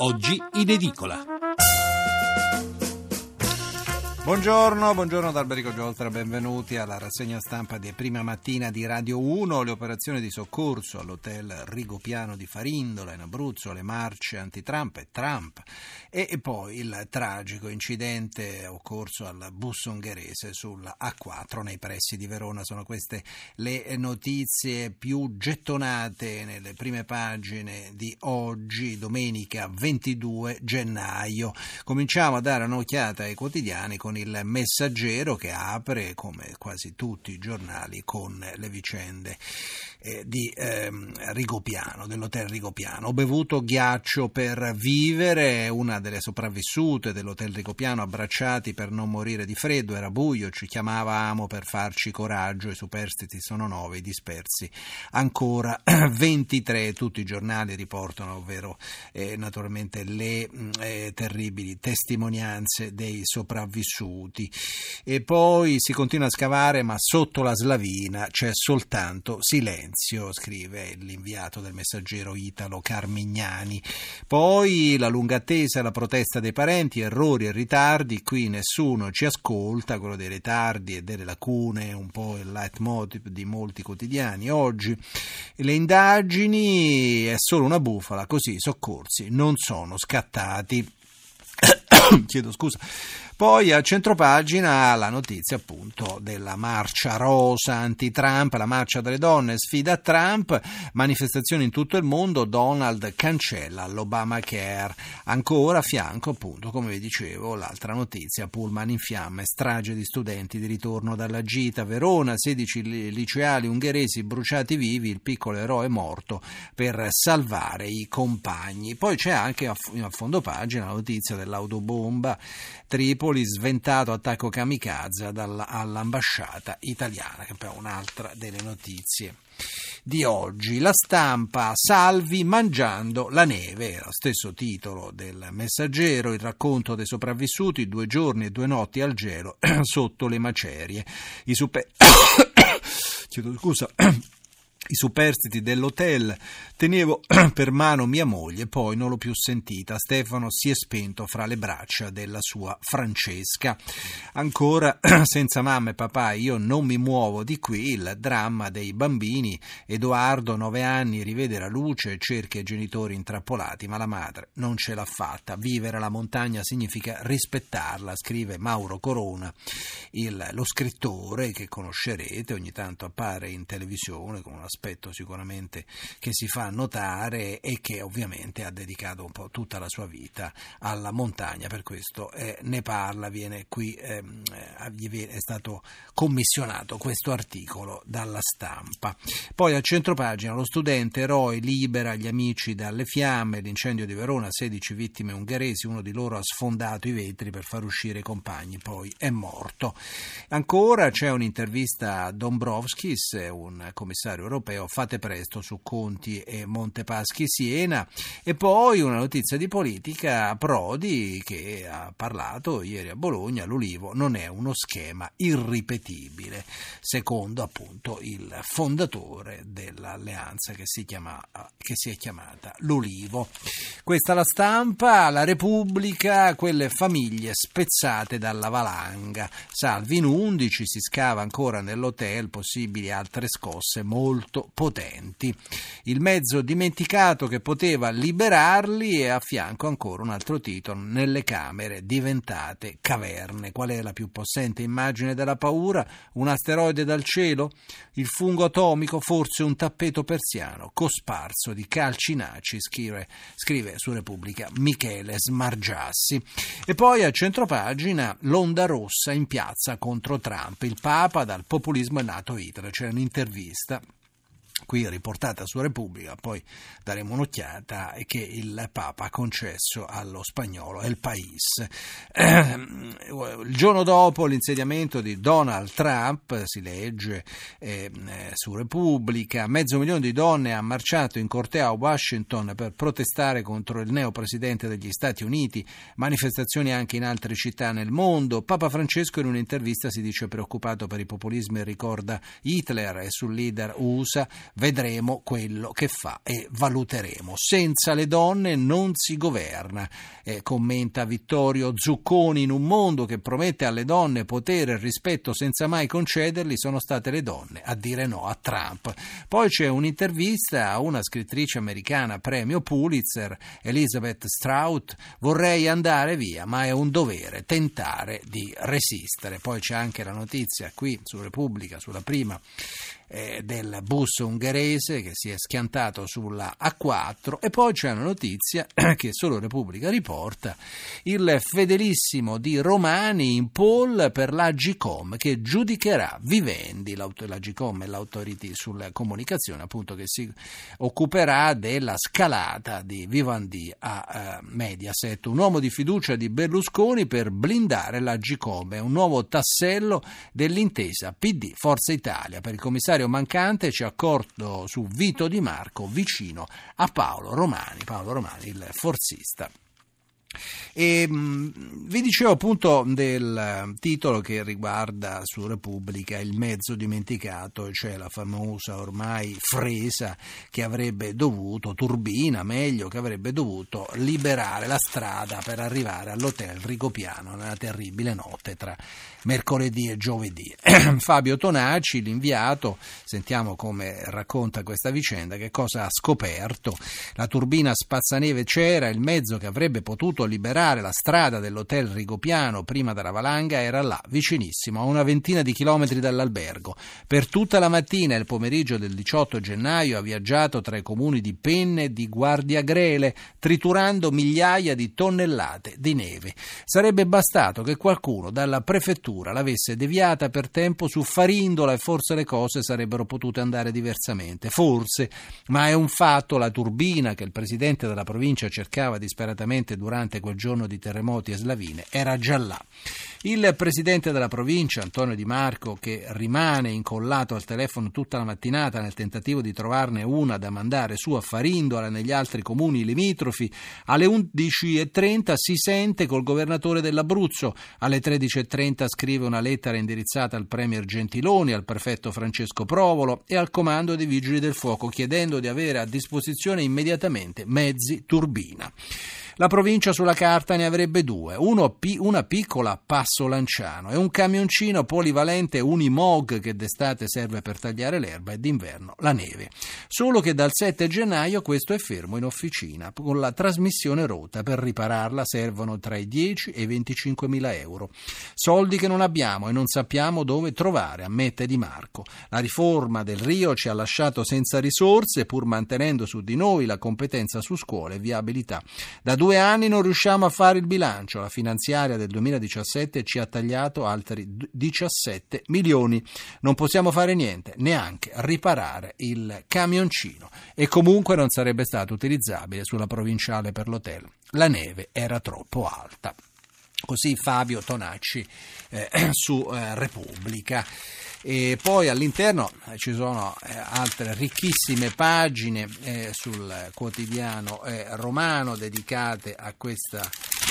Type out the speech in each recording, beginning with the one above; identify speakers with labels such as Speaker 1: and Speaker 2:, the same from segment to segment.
Speaker 1: Oggi in edicola.
Speaker 2: Buongiorno da Alberico Gioltra, benvenuti alla rassegna stampa di Prima Mattina di Radio 1. Le operazioni di soccorso all'hotel Rigopiano di Farindola in Abruzzo, le marce anti-Trump e Trump e poi il tragico incidente occorso al bus ungherese sulla A4 nei pressi di Verona. Sono queste le notizie più gettonate nelle prime pagine di oggi, domenica 22 gennaio. Cominciamo a dare un'occhiata ai quotidiani con il Messaggero, che apre, come quasi tutti i giornali, con le vicende di Rigopiano, dell'hotel Rigopiano. Ho bevuto ghiaccio per vivere, una delle sopravvissute dell'hotel Rigopiano, abbracciati per non morire di freddo, era buio, ci chiamavamo per farci coraggio, i superstiti sono 9, i dispersi ancora 23. Tutti i giornali riportano, ovvero naturalmente le terribili testimonianze dei sopravvissuti. E poi si continua a scavare, ma sotto la slavina c'è soltanto silenzio, scrive l'inviato del Messaggero Italo Carmignani. Poi la lunga attesa, la protesta dei parenti, errori e ritardi, qui nessuno ci ascolta. Quello dei ritardi e delle lacune è un po' il leitmotiv di molti quotidiani oggi. Le indagini è solo una bufala, così i soccorsi non sono scattati. Chiedo scusa. Poi a centropagina la notizia appunto della marcia rosa anti-Trump, la marcia delle donne sfida Trump, manifestazioni in tutto il mondo, Donald cancella l'Obamacare. Ancora a fianco appunto, come vi dicevo, l'altra notizia, pullman in fiamme, strage di studenti di ritorno dalla gita, Verona, 16 liceali ungheresi bruciati vivi, il piccolo eroe morto per salvare i compagni. Poi c'è anche a fondo pagina la notizia dell'autobomba, Tripoli, sventato attacco kamikaze all'ambasciata italiana, che è un'altra delle notizie di oggi. La Stampa, Salvi mangiando la neve, lo stesso titolo del Messaggero, il racconto dei sopravvissuti, 2 giorni e 2 notti al gelo sotto le macerie. I superstiti dell'hotel, tenevo per mano mia moglie, poi non l'ho più sentita, Stefano si è spento fra le braccia della sua Francesca. Ancora, senza mamma e papà io non mi muovo di qui, il dramma dei bambini, Edoardo 9 anni rivede la luce e cerca i genitori intrappolati, ma la madre non ce l'ha fatta. Vivere la montagna significa rispettarla, scrive Mauro Corona, lo scrittore che conoscerete, ogni tanto appare in televisione con un aspetto sicuramente che si fa notare e che ovviamente ha dedicato un po' tutta la sua vita alla montagna, per questo ne parla, viene qui, è stato commissionato questo articolo dalla Stampa. Poi a centropagina lo studente eroe libera gli amici dalle fiamme, l'incendio di Verona, 16 vittime ungheresi, uno di loro ha sfondato i vetri per far uscire i compagni, poi è morto. Ancora c'è un'intervista a Dombrovskis, un commissario europeo, fate presto su Conti e Montepaschi Siena. E poi una notizia di politica, Prodi che ha parlato ieri a Bologna, l'Ulivo non è uno schema irripetibile, secondo appunto il fondatore dell'alleanza che si è chiamata l'Ulivo. Questa la Stampa. La Repubblica, quelle famiglie spezzate dalla valanga, salvi in 11, si scava ancora nell'hotel, possibili altre scosse molto potenti. Il mezzo dimenticato che poteva liberarli, e a fianco ancora un altro titolo, nelle camere diventate caverne. Qual è la più possente immagine della paura? Un asteroide dal cielo? Il fungo atomico? Forse un tappeto persiano cosparso di calcinaci, scrive su Repubblica Michele Smargiassi. E poi a centropagina l'onda rossa in piazza contro Trump, il Papa dal populismo è nato Hitler. C'è un'intervista qui riportata su Repubblica, poi daremo un'occhiata, che il Papa ha concesso allo spagnolo El País. Il giorno dopo l'insediamento di Donald Trump, si legge su Repubblica, 500.000 di donne ha marciato in corteo a Washington per protestare contro il neopresidente degli Stati Uniti, manifestazioni anche in altre città nel mondo. Papa Francesco in un'intervista si dice preoccupato per i populismi e ricorda Hitler e sul leader USA. vedremo quello che fa e valuteremo. Senza le donne non si governa, commenta Vittorio Zucconi. In un mondo che promette alle donne potere e rispetto senza mai concederli, sono state le donne a dire no a Trump. Poi c'è un'intervista a una scrittrice americana premio Pulitzer, Elizabeth Strout: vorrei andare via, ma è un dovere tentare di resistere. Poi c'è anche la notizia qui su Repubblica, sulla prima, del bus ungherese che si è schiantato sulla A4, e poi c'è una notizia che solo Repubblica riporta: il fedelissimo di Romani in pole per l'Agcom, che giudicherà Vivendi. L'Agcom è l'autority sulla comunicazione, appunto, che si occuperà della scalata di Vivendi a Mediaset. Un uomo di fiducia di Berlusconi per blindare l'Agcom, è un nuovo tassello dell'intesa PD Forza Italia. Per il commissario mancante c'è accordo su Vito Di Marco, vicino a Paolo Romani, il forzista. E vi dicevo appunto del titolo che riguarda su Repubblica il mezzo dimenticato, cioè la famosa ormai Fresa che avrebbe dovuto, Turbina meglio, che avrebbe dovuto liberare la strada per arrivare all'hotel Rigopiano nella terribile notte tra mercoledì e giovedì. Fabio Tonacci, l'inviato, sentiamo come racconta questa vicenda, che cosa ha scoperto. La turbina spazzaneve c'era, il mezzo che avrebbe potuto liberare la strada dell'hotel Rigopiano prima della valanga era là, vicinissimo, a una ventina di chilometri dall'albergo. Per tutta la mattina e il pomeriggio del 18 gennaio ha viaggiato tra i comuni di Penne e di Guardiagrele, triturando migliaia di tonnellate di neve. Sarebbe bastato che qualcuno dalla prefettura l'avesse deviata per tempo su Farindola e forse le cose sarebbero potute andare diversamente. Forse, ma è un fatto, la turbina che il presidente della provincia cercava disperatamente durante quel giorno di terremoti e slavine era già là. Il presidente della provincia, Antonio Di Marco, che rimane incollato al telefono tutta la mattinata nel tentativo di trovarne una da mandare su a Farindola e negli altri comuni limitrofi, alle 11.30 si sente col governatore dell'Abruzzo, alle 13.30 scrive una lettera indirizzata al premier Gentiloni, al prefetto Francesco Provolo e al comando dei Vigili del Fuoco, chiedendo di avere a disposizione immediatamente mezzi turbina. La provincia sulla carta ne avrebbe due, una piccola Passo Lanciano e un camioncino polivalente Unimog che d'estate serve per tagliare l'erba e d'inverno la neve. Solo che dal 7 gennaio questo è fermo in officina, con la trasmissione rotta. Per ripararla servono tra i 10 e i 25 mila euro. Soldi che non abbiamo e non sappiamo dove trovare, ammette Di Marco. La riforma del Rio ci ha lasciato senza risorse, pur mantenendo su di noi la competenza su scuole e viabilità. Da 2 anni non riusciamo a fare il bilancio, la finanziaria del 2017 ci ha tagliato altri 17 milioni, non possiamo fare niente, neanche riparare il camioncino, e comunque non sarebbe stato utilizzabile sulla provinciale per l'hotel, la neve era troppo alta. Così Fabio Tonacci su Repubblica. E poi all'interno ci sono altre ricchissime pagine sul quotidiano romano dedicate a questa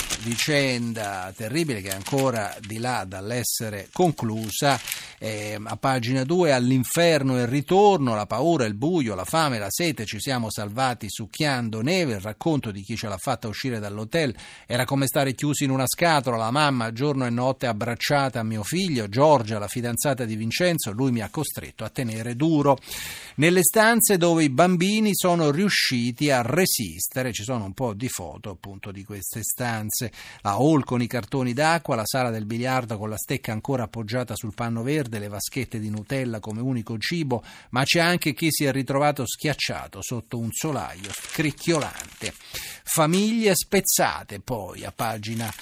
Speaker 2: vicenda terribile che è ancora di là dall'essere conclusa. A pagina 2: all'inferno e il ritorno, la paura, il buio, la fame, la sete, ci siamo salvati succhiando neve, il racconto di chi ce l'ha fatta uscire dall'hotel, era come stare chiusi in una scatola, la mamma giorno e notte abbracciata a mio figlio, Giorgia, la fidanzata di Vincenzo, lui mi ha costretto a tenere duro. Nelle stanze dove i bambini sono riusciti a resistere, ci sono un po' di foto appunto di queste stanze, la hall con i cartoni d'acqua, la sala del biliardo con la stecca ancora appoggiata sul panno verde, le vaschette di Nutella come unico cibo, ma c'è anche chi si è ritrovato schiacciato sotto un solaio scricchiolante. Famiglie spezzate poi a pagina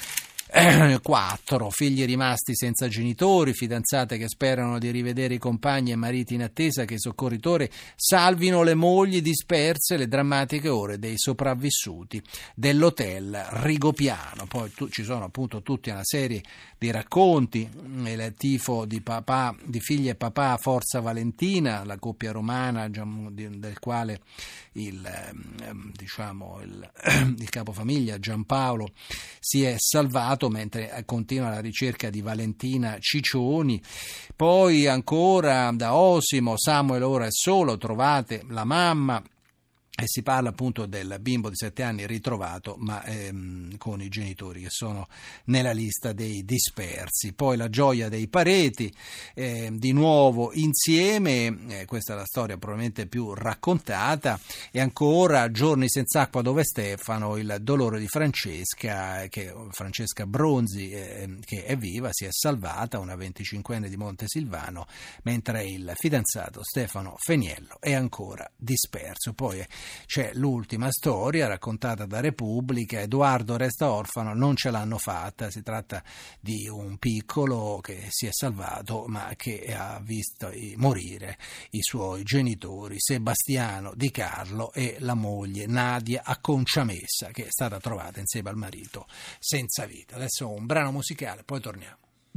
Speaker 2: 4, figli rimasti senza genitori, fidanzate che sperano di rivedere i compagni e mariti in attesa che i soccorritori salvino le mogli disperse, le drammatiche ore dei sopravvissuti dell'hotel Rigopiano. Poi ci sono appunto tutta una serie di racconti, il tifo di papà, di figlia e papà Forza Valentina, la coppia romana del quale il capofamiglia Giampaolo si è salvato morto, mentre continua la ricerca di Valentina Ciccioni. Poi ancora da Osimo, Samuel ora è solo, trovate la mamma. E si parla appunto del bimbo di 7 anni ritrovato, ma con i genitori che sono nella lista dei dispersi. Poi la gioia dei Pareti, di nuovo insieme, questa è la storia probabilmente più raccontata, e ancora Giorni senza acqua dove Stefano, il dolore di Francesca Bronzi, che è viva, si è salvata, una 25enne di Montesilvano, mentre il fidanzato Stefano Feniello è ancora disperso. Poi c'è l'ultima storia raccontata da Repubblica, Edoardo resta orfano, non ce l'hanno fatta, si tratta di un piccolo che si è salvato ma che ha visto morire i suoi genitori Sebastiano Di Carlo e la moglie Nadia Acconciamessa, che è stata trovata insieme al marito senza vita. Adesso un brano musicale, poi torniamo.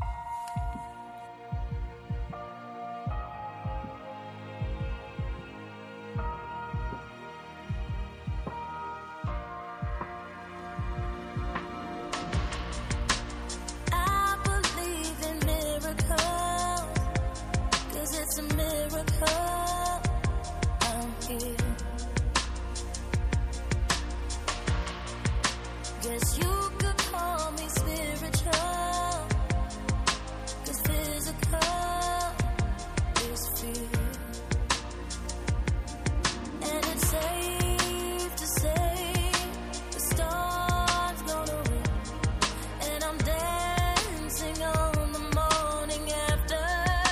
Speaker 1: Guess you could call me spiritual, 'cause physical is fear. And it's safe to say the storm's gonna win, and I'm dancing on the morning after.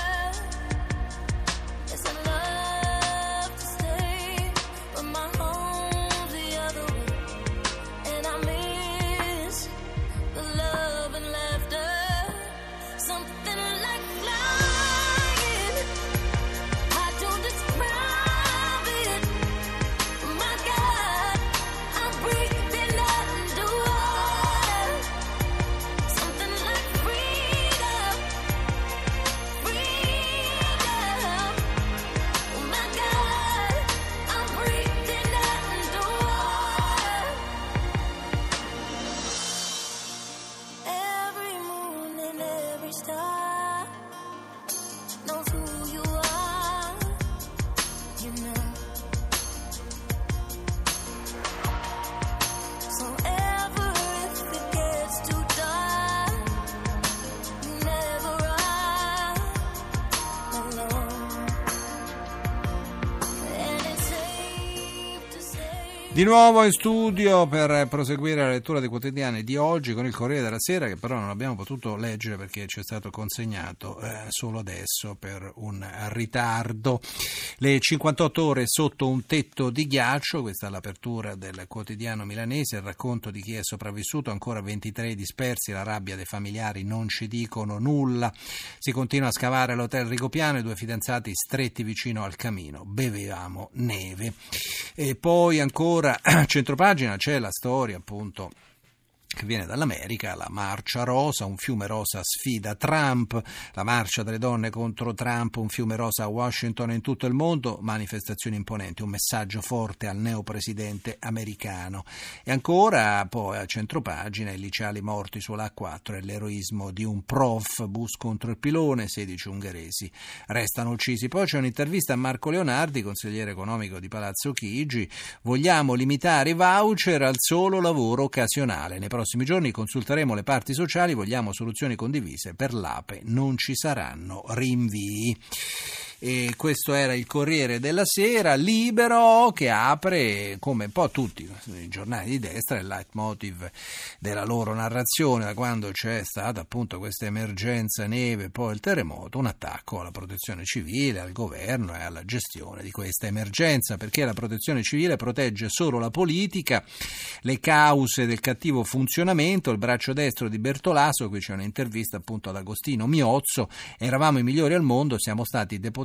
Speaker 1: Yes, I love to stay, but my home's the other way, and I miss the love and laughter, something like flying. I don't describe it. My God, I'm breathing underwater. Something like freedom, freedom. My God, I'm breathing underwater. Every moon and every star knows who you are, you know. So ever if it gets too dark, you never are alone. And it's safe to say.
Speaker 2: Di nuovo in studio per proseguire la lettura dei quotidiani di oggi con il Corriere della Sera, che però non abbiamo potuto leggere perché ci è stato consegnato solo adesso per un ritardo. Le 58 ore sotto un tetto di ghiaccio, questa è l'apertura del quotidiano milanese, il racconto di chi è sopravvissuto, ancora 23 dispersi, la rabbia dei familiari, non ci dicono nulla. Si continua a scavare all'hotel Rigopiano, i 2 fidanzati stretti vicino al camino, bevevamo neve. E poi ancora centropagina c'è la storia appunto che viene dall'America, la marcia rosa, un fiume rosa sfida Trump, la marcia delle donne contro Trump, un fiume rosa a Washington e in tutto il mondo, manifestazioni imponenti, un messaggio forte al neopresidente americano. E ancora poi a centropagina i liceali morti sull'A4 e l'eroismo di un prof, bus contro il pilone, 16 ungheresi restano uccisi. Poi c'è un'intervista a Marco Leonardi, consigliere economico di Palazzo Chigi, vogliamo limitare i voucher al solo lavoro occasionale. Nei prossimi giorni consulteremo le parti sociali, vogliamo soluzioni condivise, per l'APE non ci saranno rinvii. E questo era il Corriere della Sera. Libero, che apre, come un po' tutti i giornali di destra, il leitmotiv della loro narrazione da quando c'è stata appunto questa emergenza neve, poi il terremoto, un attacco alla protezione civile, al governo e alla gestione di questa emergenza, perché la protezione civile protegge solo la politica, le cause del cattivo funzionamento, il braccio destro di Bertolaso. Qui c'è un'intervista appunto ad Agostino Miozzo: eravamo i migliori al mondo, siamo stati deputati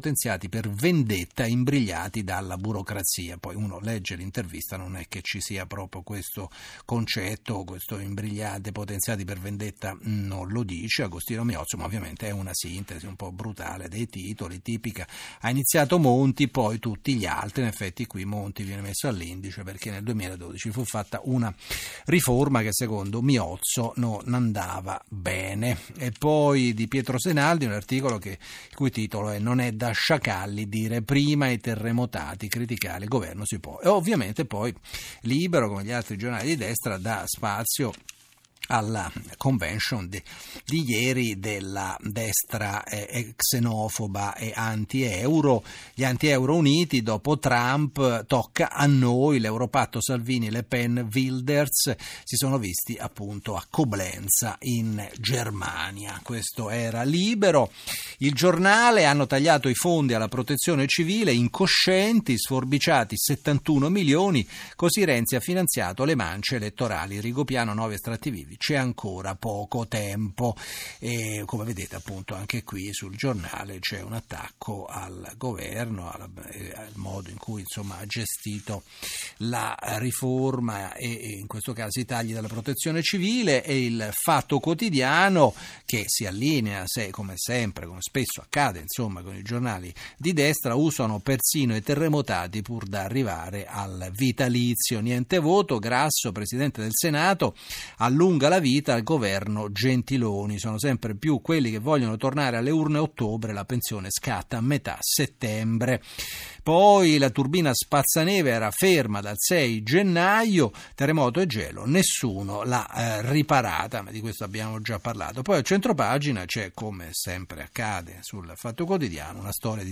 Speaker 2: potenziati per vendetta imbrigliati dalla burocrazia. Poi uno legge l'intervista, non è che ci sia proprio questo concetto, questo imbrigliati potenziati per vendetta non lo dice Agostino Miozzo, ma ovviamente è una sintesi un po' brutale dei titoli, tipica. Ha iniziato Monti, poi tutti gli altri. In effetti qui Monti viene messo all'indice perché nel 2012 fu fatta una riforma che secondo Miozzo non andava bene. E poi di Pietro Senaldi un articolo il cui titolo è "Non è da sciacalli dire prima i terremotati, criticare il governo si può". E ovviamente poi Libero, come gli altri giornali di destra, dà spazio alla convention di ieri della destra xenofoba e anti-euro. Gli anti-euro uniti, dopo Trump tocca a noi, l'Europatto Salvini, Le Pen, Wilders si sono visti appunto a Coblenza in Germania. Questo era Libero. Il Giornale: hanno tagliato i fondi alla protezione civile, incoscienti, sforbiciati 71 milioni, così Renzi ha finanziato le mance elettorali. Rigopiano, 9 estratti vivi. C'è ancora poco tempo e come vedete appunto anche qui sul Giornale c'è un attacco al governo, al modo in cui insomma ha gestito la riforma e in questo caso i tagli della protezione civile. E il Fatto Quotidiano, che si allinea come sempre, come spesso accade insomma con i giornali di destra, usano persino i terremotati pur da arrivare al vitalizio. Niente voto, Grasso, presidente del Senato, allunga la vita al governo Gentiloni. Sono sempre più quelli che vogliono tornare alle urne a ottobre, la pensione scatta a metà settembre. Poi la turbina spazzaneve era ferma dal 6 gennaio, terremoto e gelo, nessuno l'ha riparata, ma di questo abbiamo già parlato. Poi a centropagina c'è, come sempre accade sul Fatto Quotidiano, una storia di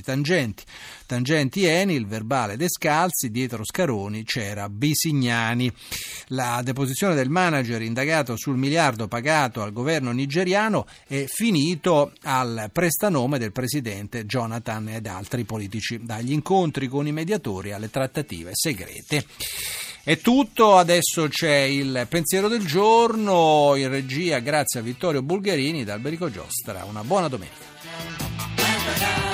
Speaker 2: tangenti Eni, il verbale Descalzi, dietro Scaroni c'era Bisignani. La deposizione del manager indagato sul miliardo pagato al governo nigeriano è finito al prestanome del presidente Jonathan ed altri politici, dagli incontri con i mediatori alle trattative segrete. È tutto, adesso c'è il pensiero del giorno in regia, grazie a Vittorio Bulgarini da Alberico Giostra. Una buona domenica.